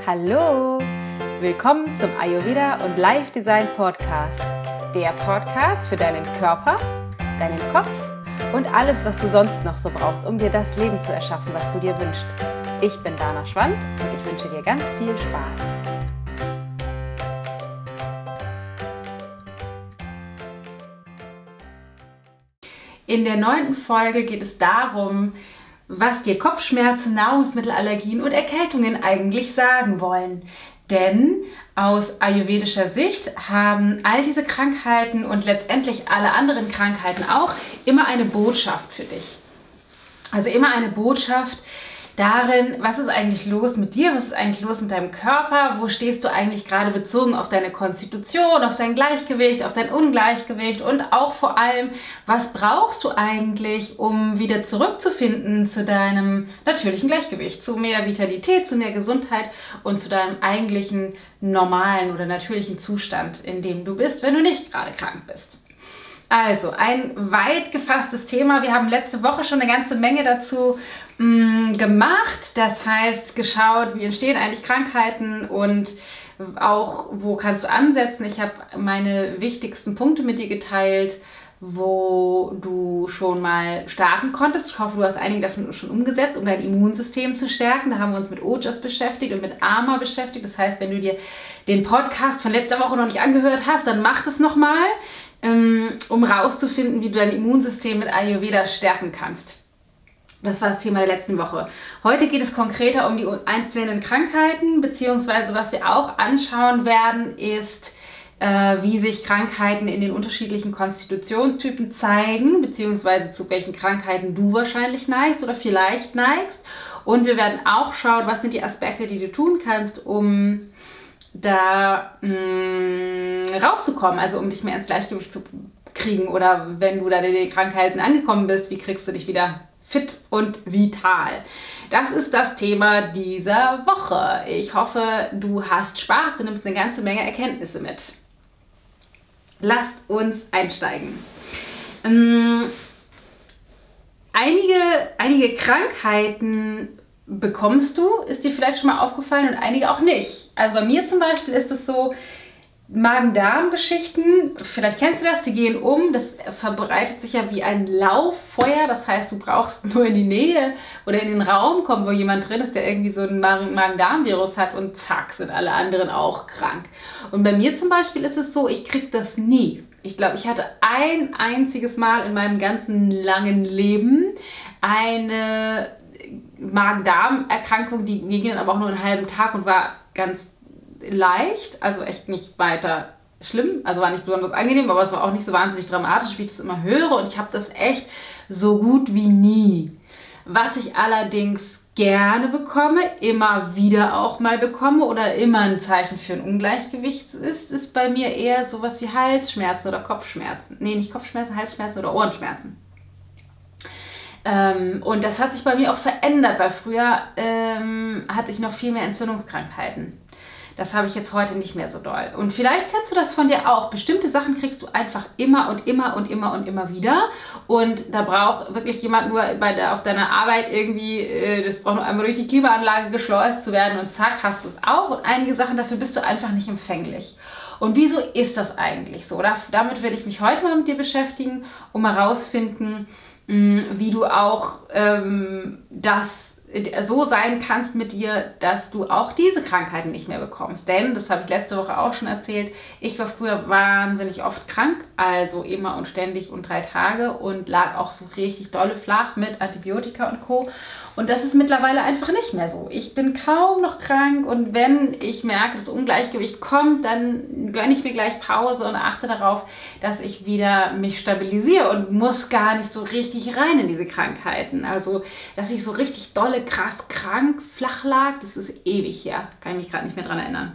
Hallo! Willkommen zum Ayurveda und Life Design Podcast. Der Podcast für deinen Körper, deinen Kopf und alles, was du sonst noch so brauchst, um dir das Leben zu erschaffen, was du dir wünschst. Ich bin Dana Schwand und ich wünsche dir ganz viel Spaß. In der 9. Folge geht es darum, was dir Kopfschmerzen, Nahrungsmittelallergien und Erkältungen eigentlich sagen wollen. Denn aus ayurvedischer Sicht haben all diese Krankheiten und letztendlich alle anderen Krankheiten auch immer eine Botschaft für dich. Also immer eine Botschaft darin, was ist eigentlich los mit dir, was ist eigentlich los mit deinem Körper, wo stehst du eigentlich gerade bezogen auf deine Konstitution, auf dein Gleichgewicht, auf dein Ungleichgewicht und auch vor allem, was brauchst du eigentlich, um wieder zurückzufinden zu deinem natürlichen Gleichgewicht, zu mehr Vitalität, zu mehr Gesundheit und zu deinem eigentlichen normalen oder natürlichen Zustand, in dem du bist, wenn du nicht gerade krank bist. Also, ein weit gefasstes Thema. Wir haben letzte Woche schon eine ganze Menge dazu gemacht. Das heißt, geschaut, wie entstehen eigentlich Krankheiten und auch, wo kannst du ansetzen. Ich habe meine wichtigsten Punkte mit dir geteilt, wo du schon mal starten konntest. Ich hoffe, du hast einige davon schon umgesetzt, um dein Immunsystem zu stärken. Da haben wir uns mit Ojas beschäftigt und mit Ama beschäftigt. Das heißt, wenn du dir den Podcast von letzter Woche noch nicht angehört hast, dann mach das nochmal, um rauszufinden, wie du dein Immunsystem mit Ayurveda stärken kannst. Das war das Thema der letzten Woche. Heute geht es konkreter um die einzelnen Krankheiten, beziehungsweise was wir auch anschauen werden, ist, wie sich Krankheiten in den unterschiedlichen Konstitutionstypen zeigen, beziehungsweise zu welchen Krankheiten du wahrscheinlich neigst oder vielleicht neigst. Und wir werden auch schauen, was sind die Aspekte, die du tun kannst, um da rauszukommen, also um dich mehr ins Gleichgewicht zu kriegen, oder wenn du da in den Krankheiten angekommen bist, wie kriegst du dich wieder fit und vital. Das ist das Thema dieser Woche. Ich hoffe, du hast Spaß, du nimmst eine ganze Menge Erkenntnisse mit. Lasst uns einsteigen. Einige Krankheiten bekommst du, ist dir vielleicht schon mal aufgefallen, und einige auch nicht. Also bei mir zum Beispiel ist es so, Magen-Darm-Geschichten, vielleicht kennst du das, die gehen um, das verbreitet sich ja wie ein Lauffeuer, das heißt, du brauchst nur in die Nähe oder in den Raum kommen, wo jemand drin ist, der irgendwie so ein Magen-Darm-Virus hat, und zack, sind alle anderen auch krank. Und bei mir zum Beispiel ist es so, ich kriege das nie. Ich glaube, ich hatte ein einziges Mal in meinem ganzen langen Leben eine Magen-Darm-Erkrankung, die ging dann aber auch nur einen halben Tag und war ganz leicht, also echt nicht weiter schlimm, also war nicht besonders angenehm, aber es war auch nicht so wahnsinnig dramatisch, wie ich das immer höre, und ich habe das echt so gut wie nie. Was ich allerdings gerne bekomme, immer wieder auch mal bekomme oder immer ein Zeichen für ein Ungleichgewicht ist bei mir eher sowas wie Halsschmerzen oder Kopfschmerzen. Nee, nicht Kopfschmerzen, Halsschmerzen oder Ohrenschmerzen. Und das hat sich bei mir auch verändert, weil früher hatte ich noch viel mehr Entzündungskrankheiten. Das habe ich jetzt heute nicht mehr so doll. Und vielleicht kennst du das von dir auch. Bestimmte Sachen kriegst du einfach immer und immer und immer und immer wieder. Und da braucht wirklich jemand nur auf deiner Arbeit irgendwie, das braucht nur einmal durch die Klimaanlage geschleust zu werden, und zack, hast du es auch. Und einige Sachen, dafür bist du einfach nicht empfänglich. Und wieso ist das eigentlich so? Damit werde ich mich heute mal mit dir beschäftigen, um herauszufinden, wie du auch das so sein kannst mit dir, dass du auch diese Krankheiten nicht mehr bekommst. Denn, das habe ich letzte Woche auch schon erzählt, ich war früher wahnsinnig oft krank, also immer und ständig und 3 Tage, und lag auch so richtig dolle flach mit Antibiotika und Co. Und das ist mittlerweile einfach nicht mehr so. Ich bin kaum noch krank, und wenn ich merke, das Ungleichgewicht kommt, dann gönne ich mir gleich Pause und achte darauf, dass ich wieder mich stabilisiere und muss gar nicht so richtig rein in diese Krankheiten. Also, dass ich so richtig dolle, krass krank, flach lag, das ist ewig her. Kann ich mich gerade nicht mehr dran erinnern.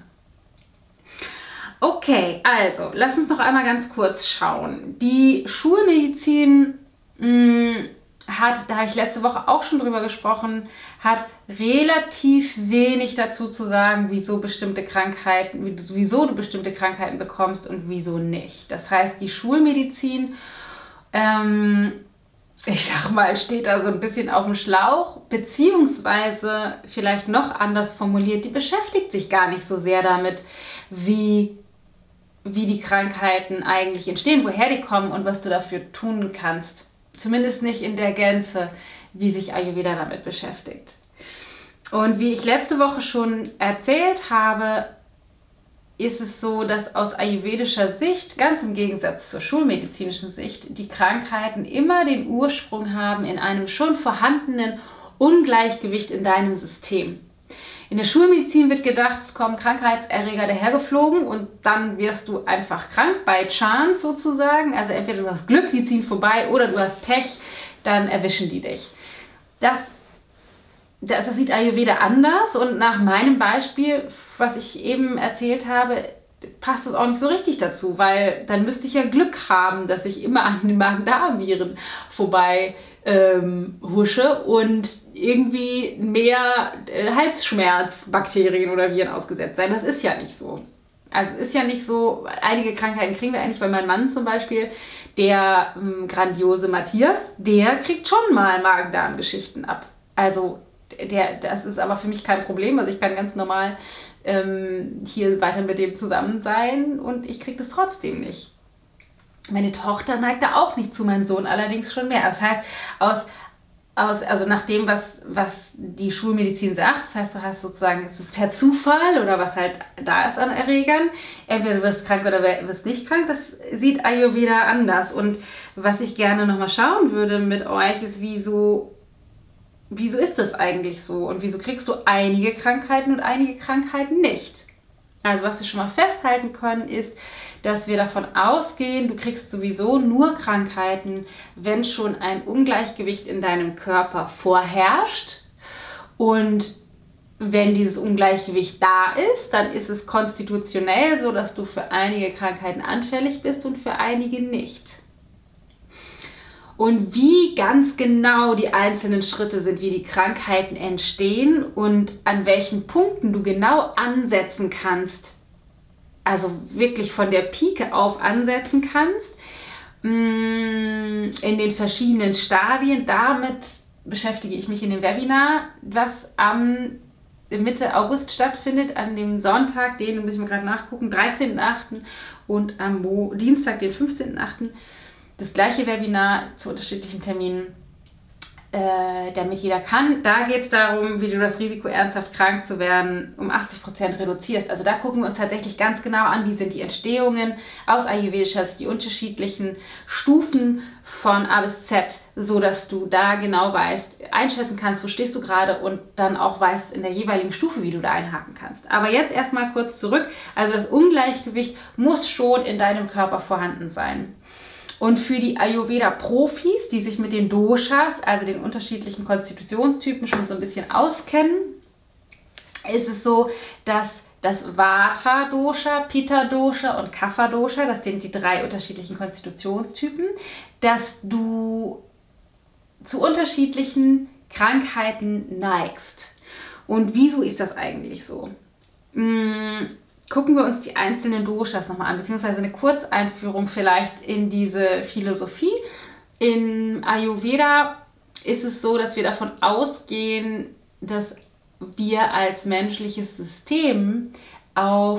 Okay, also, lass uns noch einmal ganz kurz schauen. Die Schulmedizin da habe ich letzte Woche auch schon drüber gesprochen, hat relativ wenig dazu zu sagen, wieso du bestimmte Krankheiten bekommst und wieso nicht. Das heißt, die Schulmedizin ich sag mal, steht da so ein bisschen auf dem Schlauch, beziehungsweise vielleicht noch anders formuliert, die beschäftigt sich gar nicht so sehr damit, wie die Krankheiten eigentlich entstehen, woher die kommen und was du dafür tun kannst. Zumindest nicht in der Gänze, wie sich Ayurveda damit beschäftigt. Und wie ich letzte Woche schon erzählt habe, ist es so, dass aus ayurvedischer Sicht, ganz im Gegensatz zur schulmedizinischen Sicht, die Krankheiten immer den Ursprung haben in einem schon vorhandenen Ungleichgewicht in deinem System. In der Schulmedizin wird gedacht, es kommen Krankheitserreger dahergeflogen und dann wirst du einfach krank, by chance sozusagen. Also entweder du hast Glück, die ziehen vorbei, oder du hast Pech, dann erwischen die dich. Das sieht Ayurveda anders, und nach meinem Beispiel, was ich eben erzählt habe, passt das auch nicht so richtig dazu, weil dann müsste ich ja Glück haben, dass ich immer an den Magen-Darm-Viren vorbei husche und irgendwie mehr Halsschmerzbakterien oder Viren ausgesetzt sein. Das ist ja nicht so. Also es ist ja nicht so, einige Krankheiten kriegen wir eigentlich, weil mein Mann zum Beispiel, der grandiose Matthias, der kriegt schon mal Magen-Darm-Geschichten ab. Also das ist aber für mich kein Problem. Also ich kann ganz normal hier weiter mit dem zusammen sein und ich kriege das trotzdem nicht. Meine Tochter neigt da auch nicht zu, mein Sohn allerdings schon mehr. Das heißt, also nach dem, was die Schulmedizin sagt, das heißt, du hast sozusagen per Zufall oder was halt da ist an Erregern, entweder du wirst krank oder wirst nicht krank, das sieht Ayurveda anders. Und was ich gerne nochmal schauen würde mit euch ist, wieso ist das eigentlich so und wieso kriegst du einige Krankheiten und einige Krankheiten nicht? Also was wir schon mal festhalten können ist, dass wir davon ausgehen, du kriegst sowieso nur Krankheiten, wenn schon ein Ungleichgewicht in deinem Körper vorherrscht. Und wenn dieses Ungleichgewicht da ist, dann ist es konstitutionell so, dass du für einige Krankheiten anfällig bist und für einige nicht. Und wie ganz genau die einzelnen Schritte sind, wie die Krankheiten entstehen und an welchen Punkten du genau ansetzen kannst, also wirklich von der Pike auf ansetzen kannst, in den verschiedenen Stadien. Damit beschäftige ich mich in dem Webinar, was am Mitte August stattfindet, an dem Sonntag, den muss ich mal gerade nachgucken, 13.8. und am Dienstag, den 15.8. Das gleiche Webinar zu unterschiedlichen Terminen, damit jeder kann. Da geht es darum, wie du das Risiko, ernsthaft krank zu werden, um 80% reduzierst. Also da gucken wir uns tatsächlich ganz genau an, wie sind die Entstehungen aus ayurvedischer Sicht, die unterschiedlichen Stufen von A bis Z, so dass du da genau weißt, einschätzen kannst, wo stehst du gerade und dann auch weißt in der jeweiligen Stufe, wie du da einhaken kannst. Aber jetzt erstmal kurz zurück. Also das Ungleichgewicht muss schon in deinem Körper vorhanden sein. Und für die Ayurveda-Profis, die sich mit den Doshas, also den unterschiedlichen Konstitutionstypen, schon so ein bisschen auskennen, ist es so, dass das Vata-Dosha, Pitta-Dosha und Kapha-Dosha, das sind die 3 unterschiedlichen Konstitutionstypen, dass du zu unterschiedlichen Krankheiten neigst. Und wieso ist das eigentlich so? Gucken wir uns die einzelnen Doshas nochmal an, beziehungsweise eine Kurzeinführung vielleicht in diese Philosophie. In Ayurveda ist es so, dass wir davon ausgehen, dass wir als menschliches System auch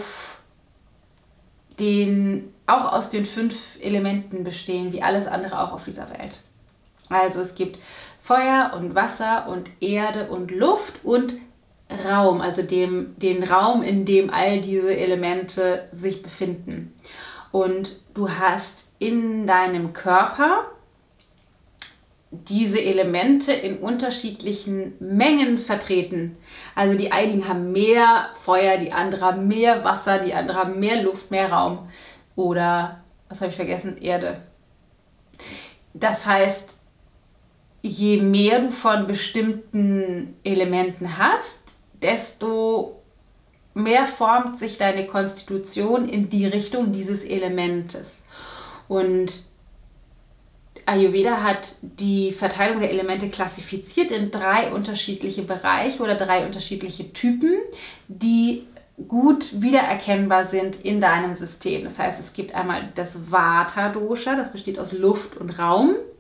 aus den 5 Elementen bestehen, wie alles andere auch auf dieser Welt. Also es gibt Feuer und Wasser und Erde und Luft und Raum, also den Raum, in dem all diese Elemente sich befinden. Und du hast in deinem Körper diese Elemente in unterschiedlichen Mengen vertreten. Also die einigen haben mehr Feuer, die anderen haben mehr Wasser, die anderen haben mehr Luft, mehr Raum. Oder, was habe ich vergessen? Erde. Das heißt, je mehr du von bestimmten Elementen hast, desto mehr formt sich deine Konstitution in die Richtung dieses Elementes. Und Ayurveda hat die Verteilung der Elemente klassifiziert in 3 unterschiedliche Bereiche oder 3 unterschiedliche Typen, die gut wiedererkennbar sind in deinem System. Das heißt, es gibt einmal das Vata-Dosha, das besteht aus Luft und Raum.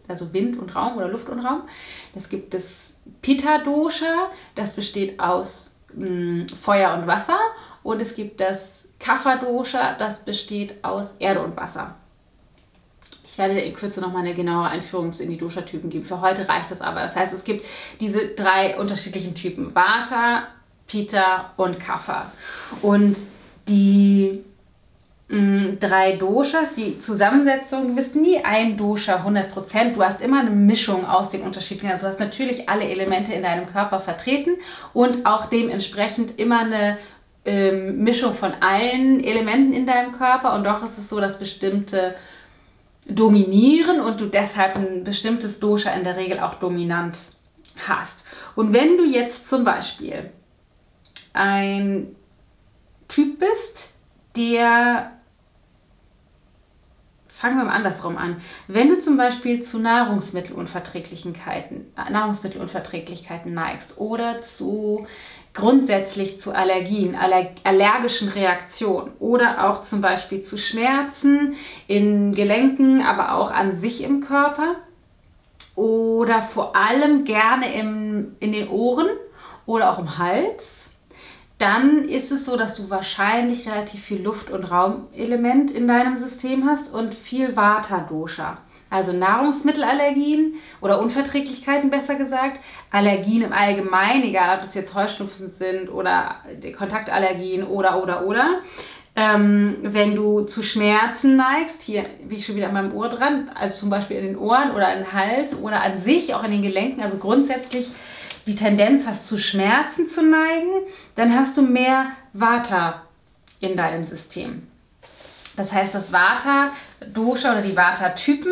also Wind und Raum oder Luft und Raum. Es gibt das Pitta-Dosha, das besteht aus Feuer und Wasser. Und es gibt das Kapha-Dosha, das besteht aus Erde und Wasser. Ich werde in Kürze nochmal eine genauere Einführung in die Dosha-Typen geben. Für heute reicht das aber. Das heißt, es gibt diese 3 unterschiedlichen Typen. Vata, Pitta und Kapha. Und die 3 Doshas, die Zusammensetzung, du bist nie ein Dosha 100%. Du hast immer eine Mischung aus den unterschiedlichen. Also du hast natürlich alle Elemente in deinem Körper vertreten und auch dementsprechend immer eine Mischung von allen Elementen in deinem Körper. Und doch ist es so, dass bestimmte dominieren und du deshalb ein bestimmtes Dosha in der Regel auch dominant hast. Und wenn du jetzt zum Beispiel ein Typ bist, der, fangen wir mal andersrum an, wenn du zum Beispiel zu Nahrungsmittelunverträglichkeiten neigst oder grundsätzlich zu Allergien, allergischen Reaktionen oder auch zum Beispiel zu Schmerzen in Gelenken, aber auch an sich im Körper oder vor allem gerne in den Ohren oder auch im Hals, dann ist es so, dass du wahrscheinlich relativ viel Luft- und Raumelement in deinem System hast und viel Vata-Dosha. Also Nahrungsmittelallergien oder Unverträglichkeiten besser gesagt, Allergien im Allgemeinen, egal ob das jetzt Heuschnupfen sind oder Kontaktallergien oder. Wenn du zu Schmerzen neigst, hier bin ich schon wieder an meinem Ohr dran, also zum Beispiel in den Ohren oder in den Hals oder an sich auch in den Gelenken, also grundsätzlich die Tendenz hast, zu Schmerzen zu neigen, dann hast du mehr Vata in deinem System. Das heißt, das Vata-Dosha oder die Vata-Typen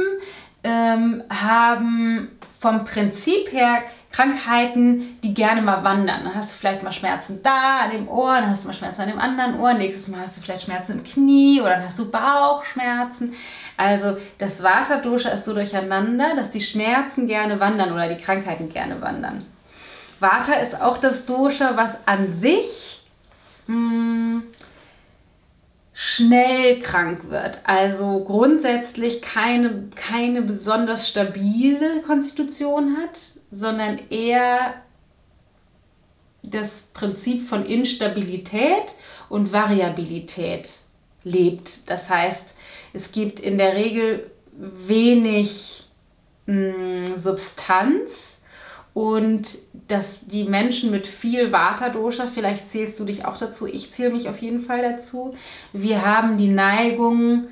haben vom Prinzip her Krankheiten, die gerne mal wandern. Dann hast du vielleicht mal Schmerzen da an dem Ohr, dann hast du mal Schmerzen an dem anderen Ohr, nächstes Mal hast du vielleicht Schmerzen im Knie oder dann hast du Bauchschmerzen. Also das Vata-Dosha ist so durcheinander, dass die Schmerzen gerne wandern oder die Krankheiten gerne wandern. Vata ist auch das Dosha, was an sich schnell krank wird. Also grundsätzlich keine besonders stabile Konstitution hat, sondern eher das Prinzip von Instabilität und Variabilität lebt. Das heißt, es gibt in der Regel wenig Substanz. Und dass die Menschen mit viel Vata-Dosha, vielleicht zählst du dich auch dazu, ich zähle mich auf jeden Fall dazu, wir haben die Neigung,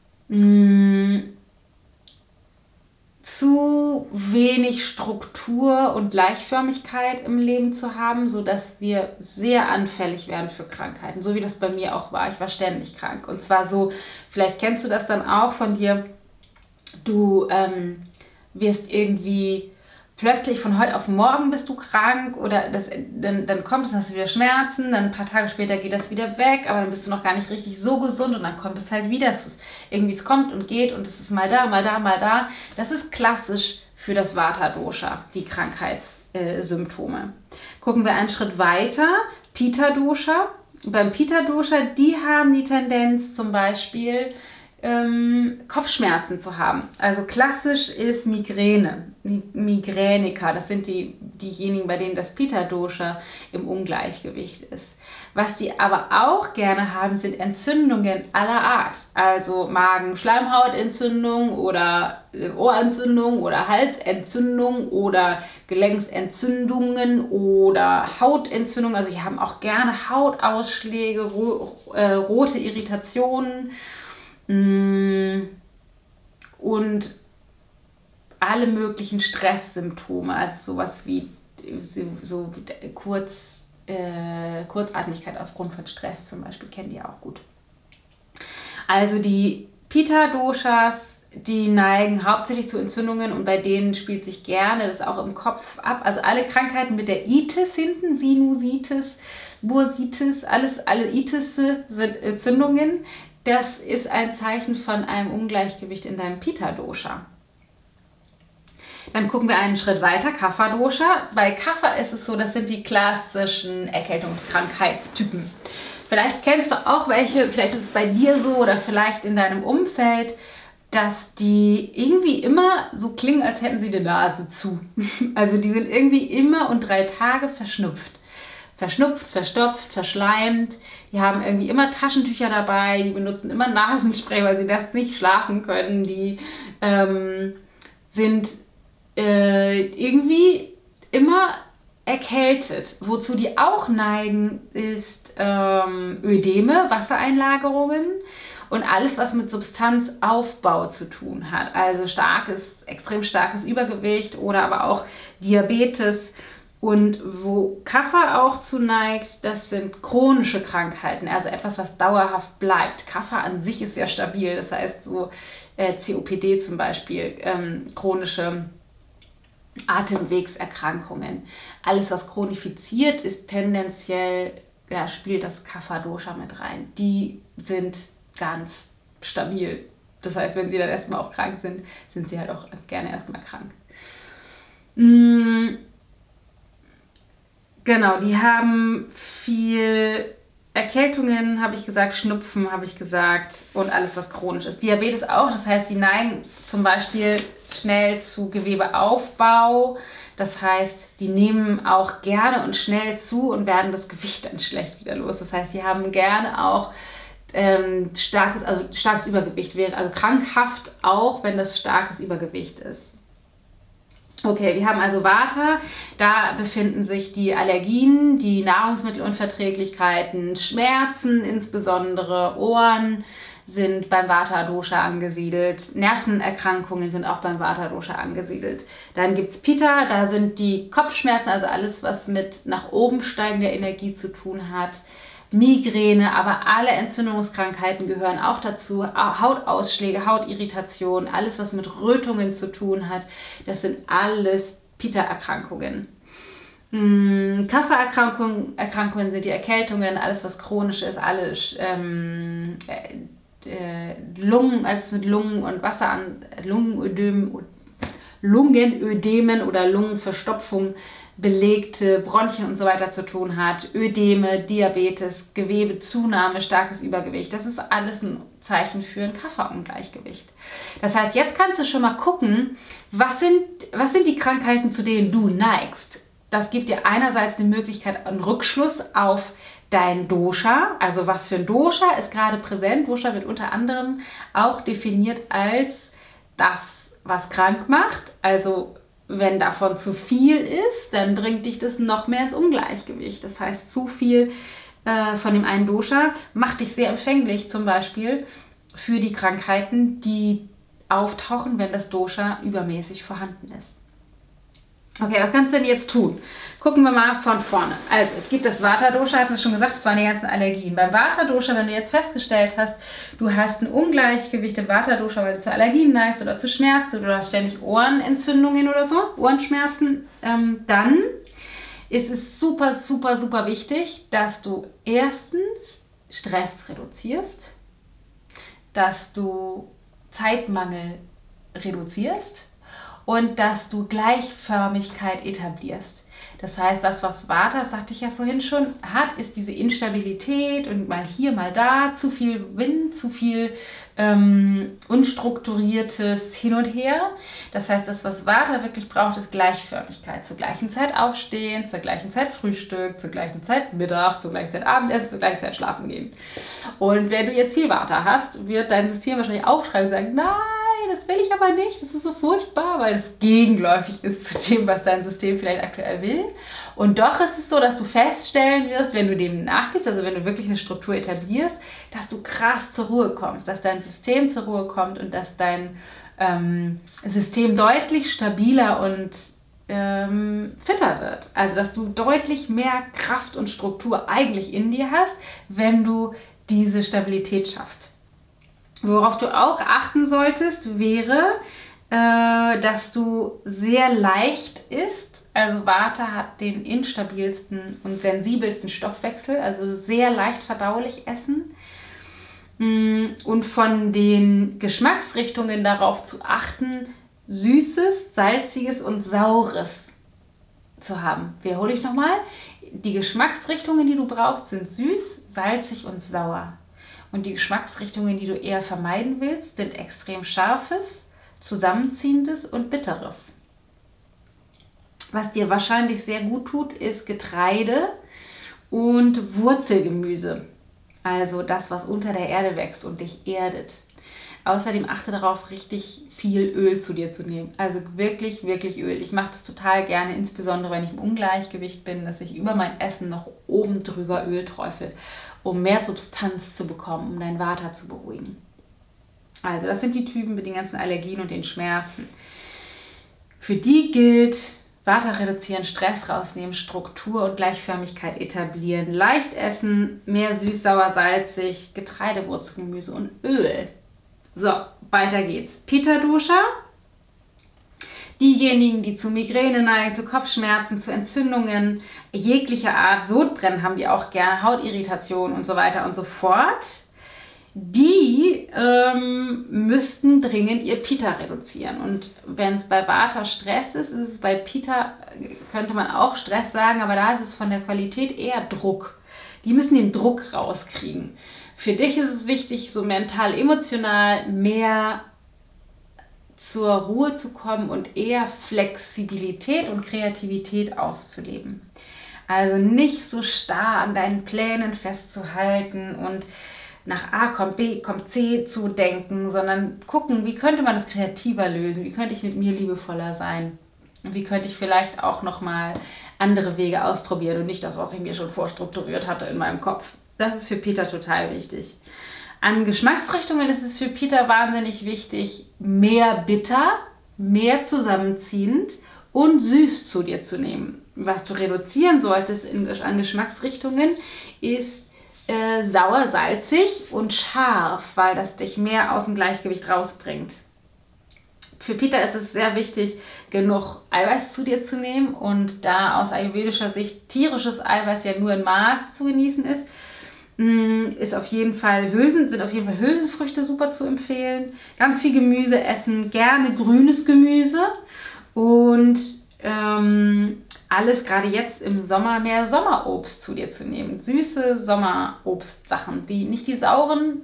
zu wenig Struktur und Gleichförmigkeit im Leben zu haben, sodass wir sehr anfällig werden für Krankheiten, so wie das bei mir auch war. Ich war ständig krank. Und zwar so, vielleicht kennst du das dann auch von dir, du wirst irgendwie plötzlich von heute auf morgen bist du krank oder dann kommt es, dann hast du wieder Schmerzen, dann ein paar Tage später geht das wieder weg, aber dann bist du noch gar nicht richtig so gesund und dann kommt es halt wieder, es kommt und geht und es ist mal da, mal da, mal da. Das ist klassisch für das Vata-Dosha, die Krankheitssymptome. Gucken wir einen Schritt weiter, Pitta-Dosha. Beim Pitta-Dosha, die haben die Tendenz zum Beispiel Kopfschmerzen zu haben. Also klassisch ist Migräne, Migräniker, das sind diejenigen, bei denen das Pitta-Dosha im Ungleichgewicht ist. Was die aber auch gerne haben, sind Entzündungen aller Art. Also Magen-Schleimhautentzündung oder Ohrentzündung oder Halsentzündung oder Gelenksentzündungen oder Hautentzündung. Also die haben auch gerne Hautausschläge, rote Irritationen und alle möglichen Stresssymptome, also sowas wie so Kurzatmigkeit aufgrund von Stress zum Beispiel, kennen die auch gut. Also die Pitta-Doshas, die neigen hauptsächlich zu Entzündungen und bei denen spielt sich gerne das auch im Kopf ab. Also alle Krankheiten mit der Itis hinten, Sinusitis, Bursitis, alle Itis sind Entzündungen. Das ist ein Zeichen von einem Ungleichgewicht in deinem Pitta-Dosha. Dann gucken wir einen Schritt weiter, Kapha-Dosha. Bei Kapha ist es so, das sind die klassischen Erkältungskrankheitstypen. Vielleicht kennst du auch welche, vielleicht ist es bei dir so oder vielleicht in deinem Umfeld. dass die irgendwie immer so klingen, als hätten sie die Nase zu. Also die sind irgendwie immer und 3 Tage verschnupft. Verschnupft, verstopft, verschleimt. Die haben irgendwie immer Taschentücher dabei, die benutzen immer Nasenspray, weil sie nachts nicht schlafen können. Die sind irgendwie immer erkältet. Wozu die auch neigen, ist Ödeme, Wassereinlagerungen und alles, was mit Substanzaufbau zu tun hat. Also extrem starkes Übergewicht oder aber auch Diabetes. Und wo Kaffer auch zu neigt, das sind chronische Krankheiten, also etwas, was dauerhaft bleibt. Kaffer an sich ist sehr stabil, das heißt so COPD zum Beispiel, chronische Atemwegserkrankungen. Alles, was chronifiziert ist, tendenziell spielt das Kapha-Dosha mit rein. Die sind ganz stabil. Das heißt, wenn sie dann erstmal auch krank sind, sind sie halt auch gerne erstmal krank. Genau, die haben viel Erkältungen, habe ich gesagt, Schnupfen, habe ich gesagt, und alles, was chronisch ist. Diabetes auch, das heißt, die neigen zum Beispiel schnell zu Gewebeaufbau. Das heißt, die nehmen auch gerne und schnell zu und werden das Gewicht dann schlecht wieder los. Das heißt, die haben gerne auch starkes Übergewicht, wäre also krankhaft auch, wenn das starkes Übergewicht ist. Okay, wir haben also Vata, da befinden sich die Allergien, die Nahrungsmittelunverträglichkeiten, Schmerzen insbesondere, Ohren sind beim Vata-Dosha angesiedelt, Nervenerkrankungen sind auch beim Vata-Dosha angesiedelt. Dann gibt es Pitta, da sind die Kopfschmerzen, also alles, was mit nach oben steigender Energie zu tun hat, Migräne, aber alle Entzündungskrankheiten gehören auch dazu. Hautausschläge, Hautirritation, alles was mit Rötungen zu tun hat, das sind alles Pitta-Erkrankungen. Kapha-Erkrankungen sind die Erkältungen, alles was chronisch ist, alles Lungen, alles mit Lungen und Wasser an Lungenödemen oder Lungenverstopfung, belegte Bronchien und so weiter zu tun hat, Ödeme, Diabetes, Gewebezunahme, starkes Übergewicht. Das ist alles ein Zeichen für ein Kapha-Ungleichgewicht. Das heißt, jetzt kannst du schon mal gucken, was sind die Krankheiten, zu denen du neigst. Das gibt dir einerseits die Möglichkeit, einen Rückschluss auf dein Dosha, also was für ein Dosha ist gerade präsent. Dosha wird unter anderem auch definiert als das, was krank macht, also wenn davon zu viel ist, dann bringt dich das noch mehr ins Ungleichgewicht. Das heißt, zu viel von dem einen Dosha macht dich sehr empfänglich zum Beispiel für die Krankheiten, die auftauchen, wenn das Dosha übermäßig vorhanden ist. Okay, was kannst du denn jetzt tun? Gucken wir mal von vorne. Also, es gibt das Vata-Dosha, hatten wir schon gesagt, das waren die ganzen Allergien. Beim Vata-Dosha, wenn du jetzt festgestellt hast, du hast ein Ungleichgewicht im Vata-Dosha, weil du zu Allergien neigst oder zu Schmerzen oder du hast ständig Ohrenentzündungen oder so, Ohrenschmerzen, dann ist es super, super, super wichtig, dass du erstens Stress reduzierst, dass du Zeitmangel reduzierst und dass du Gleichförmigkeit etablierst. Das heißt, das, was Vata, das sagte ich ja vorhin schon, hat, ist diese Instabilität und mal hier, mal da, zu viel Wind, zu viel unstrukturiertes Hin und Her. Das heißt, das, was Vata wirklich braucht, ist Gleichförmigkeit. Zur gleichen Zeit aufstehen, zur gleichen Zeit Frühstück, zur gleichen Zeit Mittag, zur gleichen Zeit Abendessen, zur gleichen Zeit schlafen gehen. Und wenn du jetzt viel Vata hast, wird dein System wahrscheinlich aufschreien und sagen, nein, das will ich aber nicht, das ist so furchtbar, weil es gegenläufig ist zu dem, was dein System vielleicht aktuell will. Und doch ist es so, dass du feststellen wirst, wenn du dem nachgibst, also wenn du wirklich eine Struktur etablierst, dass du krass zur Ruhe kommst, dass dein System zur Ruhe kommt und dass dein System deutlich stabiler und fitter wird. Also dass du deutlich mehr Kraft und Struktur eigentlich in dir hast, wenn du diese Stabilität schaffst. Worauf du auch achten solltest, wäre, dass du sehr leicht isst. Also Vata hat den instabilsten und sensibelsten Stoffwechsel, also sehr leicht verdaulich essen. Und von den Geschmacksrichtungen darauf zu achten, Süßes, Salziges und Saures zu haben. Wiederhole ich nochmal. Die Geschmacksrichtungen, die du brauchst, sind süß, salzig und sauer. Und die Geschmacksrichtungen, die du eher vermeiden willst, sind extrem scharfes, zusammenziehendes und bitteres. Was dir wahrscheinlich sehr gut tut, ist Getreide und Wurzelgemüse. Also das, was unter der Erde wächst und dich erdet. Außerdem achte darauf, richtig viel Öl zu dir zu nehmen. Also wirklich, wirklich Öl. Ich mache das total gerne, insbesondere wenn ich im Ungleichgewicht bin, dass ich über mein Essen noch oben drüber Öl träufel, um mehr Substanz zu bekommen, um dein Vata zu beruhigen. Also das sind die Typen mit den ganzen Allergien und den Schmerzen. Für die gilt: Vata reduzieren, Stress rausnehmen, Struktur und Gleichförmigkeit etablieren, leicht essen, mehr süß, sauer, salzig, Getreide, Wurzelgemüse und Öl. So, weiter geht's. Pitta Dosha. Diejenigen, die zu Migräne neigen, zu Kopfschmerzen, zu Entzündungen jeglicher Art, Sodbrennen haben die auch gerne, Hautirritation und so weiter und so fort, die müssten dringend ihr Pitta reduzieren. Und wenn es bei Vata Stress ist, ist es bei Pitta, könnte man auch Stress sagen, aber da ist es von der Qualität eher Druck. Die müssen den Druck rauskriegen. Für dich ist es wichtig, so mental, emotional mehr zur Ruhe zu kommen und eher Flexibilität und Kreativität auszuleben. Also nicht so starr an deinen Plänen festzuhalten und nach A kommt B, kommt C zu denken, sondern gucken, wie könnte man das kreativer lösen, wie könnte ich mit mir liebevoller sein und wie könnte ich vielleicht auch nochmal andere Wege ausprobieren und nicht das, was ich mir schon vorstrukturiert hatte in meinem Kopf. Das ist für Pitta total wichtig. An Geschmacksrichtungen ist es für Pitta wahnsinnig wichtig, mehr bitter, mehr zusammenziehend und süß zu dir zu nehmen. Was du reduzieren solltest an Geschmacksrichtungen ist sauer, salzig und scharf, weil das dich mehr aus dem Gleichgewicht rausbringt. Für Pitta ist es sehr wichtig, genug Eiweiß zu dir zu nehmen, und da aus ayurvedischer Sicht tierisches Eiweiß ja nur in Maß zu genießen ist, sind auf jeden Fall Hülsenfrüchte super zu empfehlen. Ganz viel Gemüse essen, gerne grünes Gemüse und alles gerade jetzt im Sommer mehr Sommerobst zu dir zu nehmen. Süße Sommerobstsachen, nicht die sauren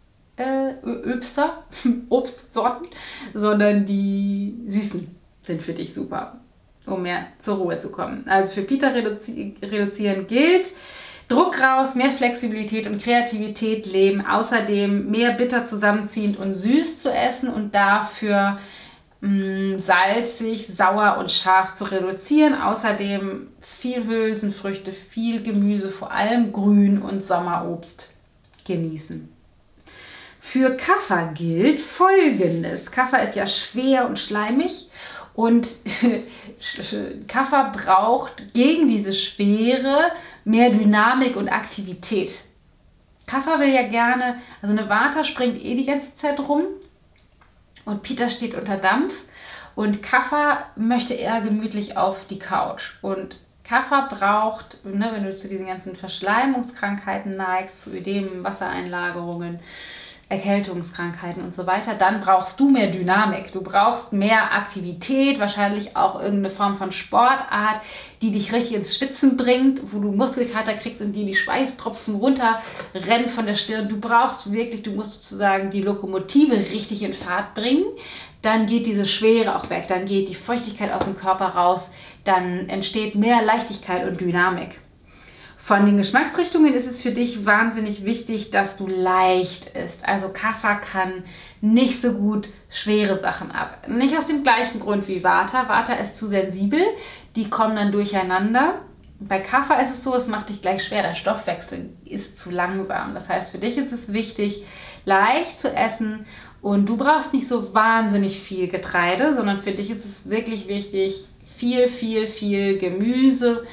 Obstsorten, sondern die süßen sind für dich super, um mehr zur Ruhe zu kommen. Also für Pitta reduzieren gilt: Druck raus, mehr Flexibilität und Kreativität leben, außerdem mehr bitter zusammenziehend und süß zu essen und dafür salzig, sauer und scharf zu reduzieren. Außerdem viel Hülsenfrüchte, viel Gemüse, vor allem Grün und Sommerobst genießen. Für Kapha gilt Folgendes. Kapha ist ja schwer und schleimig und Kapha braucht gegen diese Schwere mehr Dynamik und Aktivität. Kapha will ja gerne, also eine Vata springt die ganze Zeit rum und Pitta steht unter Dampf und Kapha möchte eher gemütlich auf die Couch. Und Kapha braucht, wenn du zu diesen ganzen Verschleimungskrankheiten neigst, zu Ödemen, Wassereinlagerungen, Erkältungskrankheiten und so weiter, dann brauchst du mehr Dynamik. Du brauchst mehr Aktivität, wahrscheinlich auch irgendeine Form von Sportart, die dich richtig ins Schwitzen bringt, wo du Muskelkater kriegst und dir die Schweißtropfen runterrennen von der Stirn. Du musst sozusagen die Lokomotive richtig in Fahrt bringen. Dann geht diese Schwere auch weg, dann geht die Feuchtigkeit aus dem Körper raus, dann entsteht mehr Leichtigkeit und Dynamik. Von den Geschmacksrichtungen ist es für dich wahnsinnig wichtig, dass du leicht isst. Also Kapha kann nicht so gut schwere Sachen ab. Nicht aus dem gleichen Grund wie Vata. Vata ist zu sensibel, die kommen dann durcheinander. Bei Kapha ist es so, es macht dich gleich schwer, der Stoffwechsel ist zu langsam. Das heißt, für dich ist es wichtig, leicht zu essen, und du brauchst nicht so wahnsinnig viel Getreide, sondern für dich ist es wirklich wichtig, viel Gemüse.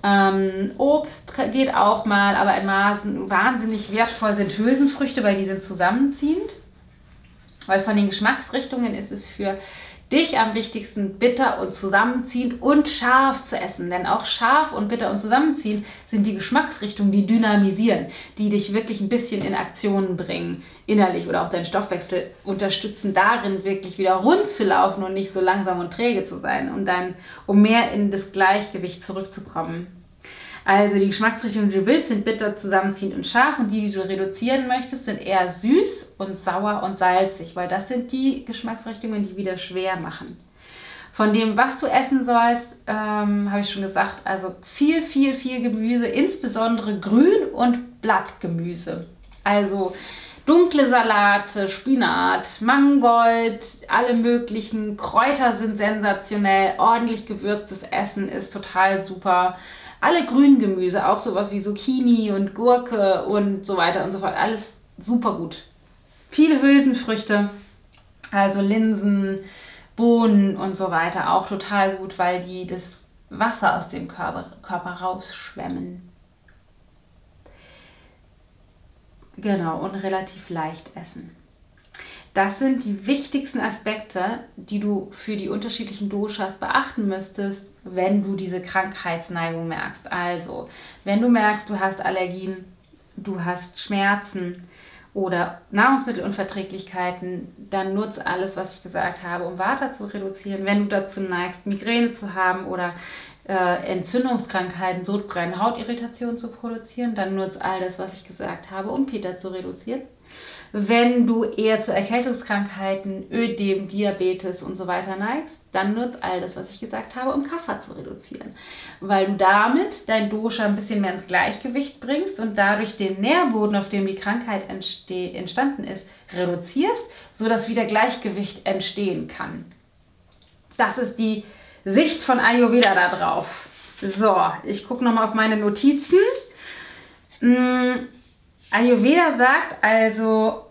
Obst geht auch mal, aber in Maßen wahnsinnig wertvoll sind Hülsenfrüchte, weil die sind zusammenziehend. Weil von den Geschmacksrichtungen ist es für dich am wichtigsten, bitter und zusammenziehend und scharf zu essen. Denn auch scharf und bitter und zusammenziehend sind die Geschmacksrichtungen, die dynamisieren, die dich wirklich ein bisschen in Aktionen bringen, innerlich, oder auch deinen Stoffwechsel unterstützen, darin wirklich wieder rund zu laufen und nicht so langsam und träge zu sein, um mehr in das Gleichgewicht zurückzukommen. Also die Geschmacksrichtungen, die du willst, sind bitter, zusammenziehend und scharf und die du reduzieren möchtest, sind eher süß und sauer und salzig, weil das sind die Geschmacksrichtungen, die wieder schwer machen. Von dem, was du essen sollst, habe ich schon gesagt, also viel Gemüse, insbesondere Grün- und Blattgemüse. Also dunkle Salate, Spinat, Mangold, alle möglichen Kräuter sind sensationell, ordentlich gewürztes Essen ist total super. Alle grünen Gemüse, auch sowas wie Zucchini und Gurke und so weiter und so fort, alles super gut. Viele Hülsenfrüchte, also Linsen, Bohnen und so weiter, auch total gut, weil die das Wasser aus dem Körper rausschwemmen. Genau, und relativ leicht essen. Das sind die wichtigsten Aspekte, die du für die unterschiedlichen Doshas beachten müsstest, wenn du diese Krankheitsneigung merkst. Also, wenn du merkst, du hast Allergien, du hast Schmerzen oder Nahrungsmittelunverträglichkeiten, dann nutz alles, was ich gesagt habe, um Vata zu reduzieren. Wenn du dazu neigst, Migräne zu haben oder Entzündungskrankheiten, Sodbrennen, Hautirritationen zu produzieren, dann nutz all das, was ich gesagt habe, um Pitta zu reduzieren. Wenn du eher zu Erkältungskrankheiten, Ödem, Diabetes und so weiter neigst, dann nutz all das, was ich gesagt habe, um Kapha zu reduzieren. Weil du damit dein Dosha ein bisschen mehr ins Gleichgewicht bringst und dadurch den Nährboden, auf dem die Krankheit entstanden ist, reduzierst, sodass wieder Gleichgewicht entstehen kann. Das ist die Sicht von Ayurveda da drauf. So, ich gucke nochmal auf meine Notizen. Ayurveda sagt also,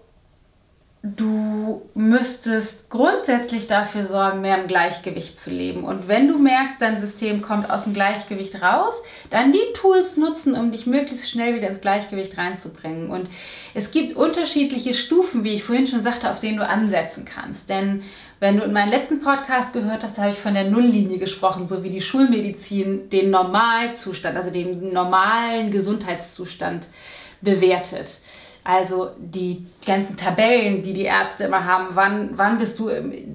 du müsstest grundsätzlich dafür sorgen, mehr im Gleichgewicht zu leben. Und wenn du merkst, dein System kommt aus dem Gleichgewicht raus, dann die Tools nutzen, um dich möglichst schnell wieder ins Gleichgewicht reinzubringen. Und es gibt unterschiedliche Stufen, wie ich vorhin schon sagte, auf denen du ansetzen kannst. Denn wenn du in meinen letzten Podcast gehört hast, habe ich von der Nulllinie gesprochen, so wie die Schulmedizin den Normalzustand, also den normalen Gesundheitszustand bewertet. Also die ganzen Tabellen, die die Ärzte immer haben, wann bist du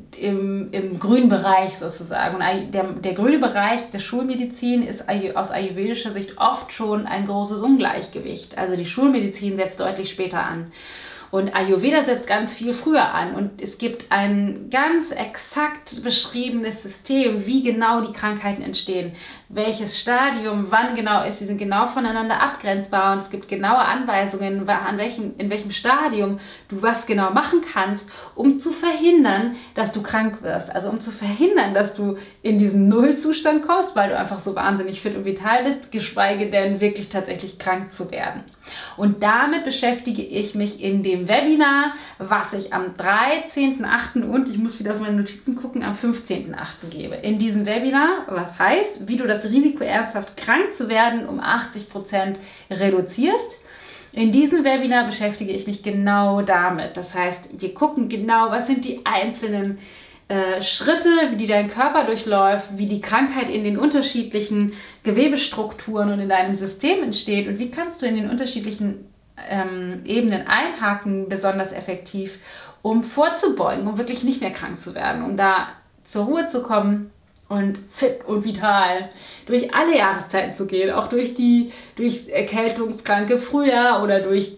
im grünen Bereich sozusagen. Und der grüne Bereich der Schulmedizin ist aus ayurvedischer Sicht oft schon ein großes Ungleichgewicht. Also die Schulmedizin setzt deutlich später an. Und Ayurveda setzt ganz viel früher an und es gibt ein ganz exakt beschriebenes System, wie genau die Krankheiten entstehen, welches Stadium, wann genau ist, sie sind genau voneinander abgrenzbar und es gibt genaue Anweisungen, in welchem Stadium du was genau machen kannst, um zu verhindern, dass du krank wirst. Also um zu verhindern, dass du in diesen Nullzustand kommst, weil du einfach so wahnsinnig fit und vital bist, geschweige denn wirklich tatsächlich krank zu werden. Und damit beschäftige ich mich in dem Webinar, was ich am 13.08. und ich muss wieder auf meine Notizen gucken, am 15.08. gebe. In diesem Webinar, was heißt, wie du das Risiko ernsthaft krank zu werden um 80% reduzierst. In diesem Webinar beschäftige ich mich genau damit. Das heißt, wir gucken genau, was sind die einzelnen Schritte, die dein Körper durchläuft, wie die Krankheit in den unterschiedlichen Gewebestrukturen und in deinem System entsteht und wie kannst du in den unterschiedlichen Ebenen einhaken, besonders effektiv, um vorzubeugen, um wirklich nicht mehr krank zu werden, um da zur Ruhe zu kommen und fit und vital durch alle Jahreszeiten zu gehen, auch durchs erkältungskranke Frühjahr oder durch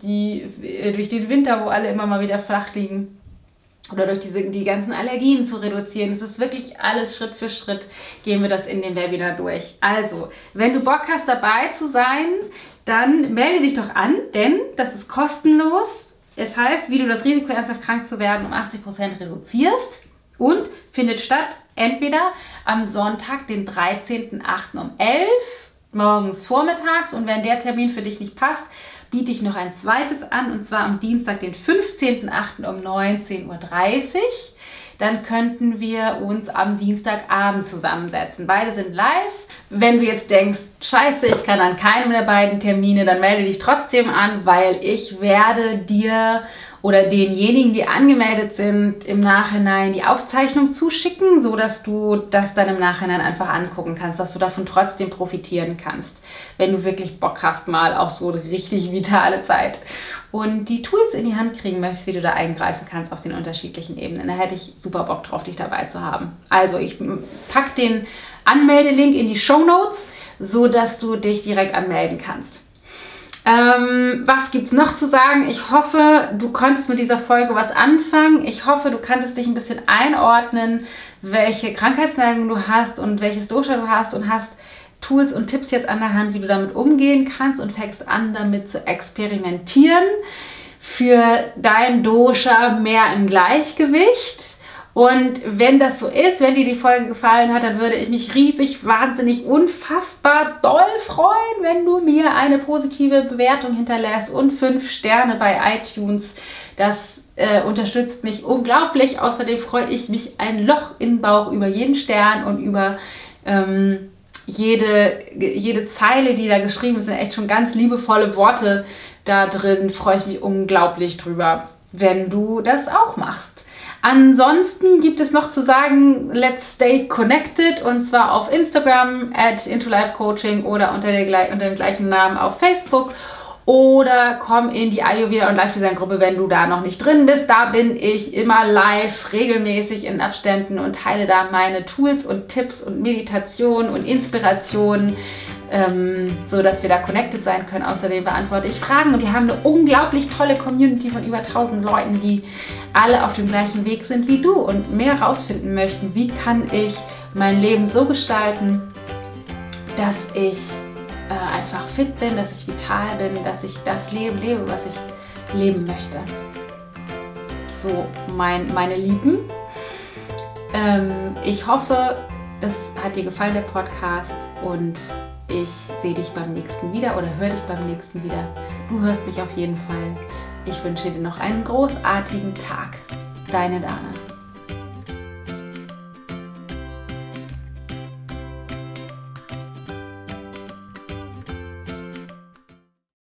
den Winter, wo alle immer mal wieder flach liegen. Oder durch die ganzen Allergien zu reduzieren. Es ist wirklich alles Schritt für Schritt, gehen wir das in dem Webinar durch. Also, wenn du Bock hast, dabei zu sein, dann melde dich doch an, denn das ist kostenlos. Es heißt, wie du das Risiko, ernsthaft krank zu werden, um 80% reduzierst und findet statt entweder am Sonntag, den 13.08. um 11 morgens vormittags und wenn der Termin für dich nicht passt, biete ich noch ein zweites an und zwar am Dienstag, den 15.08. um 19.30 Uhr. Dann könnten wir uns am Dienstagabend zusammensetzen. Beide sind live. Wenn du jetzt denkst, scheiße, ich kann an keinem der beiden Termine, dann melde dich trotzdem an, weil ich werde dir oder denjenigen, die angemeldet sind, im Nachhinein die Aufzeichnung zuschicken, sodass du das dann im Nachhinein einfach angucken kannst, dass du davon trotzdem profitieren kannst, wenn du wirklich Bock hast, mal auf so eine richtig vitale Zeit und die Tools in die Hand kriegen möchtest, wie du da eingreifen kannst auf den unterschiedlichen Ebenen. Da hätte ich super Bock drauf, dich dabei zu haben. Also ich packe den Anmeldelink in die Shownotes. so dass du dich direkt anmelden kannst. Was gibt es noch zu sagen? Ich hoffe, du konntest mit dieser Folge was anfangen. Ich hoffe, du konntest dich ein bisschen einordnen, welche Krankheitsneigung du hast und welches Dosha du hast und hast Tools und Tipps jetzt an der Hand, wie du damit umgehen kannst und fängst an, damit zu experimentieren für dein Dosha mehr im Gleichgewicht. Und wenn das so ist, wenn dir die Folge gefallen hat, dann würde ich mich riesig, wahnsinnig, unfassbar doll freuen, wenn du mir eine positive Bewertung hinterlässt und 5 Sterne bei iTunes. Das unterstützt mich unglaublich. Außerdem freue ich mich ein Loch im Bauch über jeden Stern und über jede Zeile, die da geschrieben ist. Sind echt schon ganz liebevolle Worte da drin. Freue ich mich unglaublich drüber, wenn du das auch machst. Ansonsten gibt es noch zu sagen, let's stay connected, und zwar auf Instagram @intolifecoaching oder unter dem gleichen Namen auf Facebook, oder komm in die Ayurveda und Life Design Gruppe, wenn du da noch nicht drin bist. Da bin ich immer live, regelmäßig in Abständen und teile da meine Tools und Tipps und Meditation und Inspiration, so dass wir da connected sein können. Außerdem beantworte ich Fragen und wir haben eine unglaublich tolle Community von über 1000 Leuten, die alle auf dem gleichen Weg sind wie du und mehr herausfinden möchten, wie kann ich mein Leben so gestalten, dass ich einfach fit bin, dass ich vital bin, dass ich das Leben lebe, was ich leben möchte. So, meine Lieben, ich hoffe, es hat dir gefallen, der Podcast, und ich sehe dich beim nächsten wieder oder höre dich beim nächsten wieder. Du hörst mich auf jeden Fall. Ich wünsche dir noch einen großartigen Tag. Deine Dana.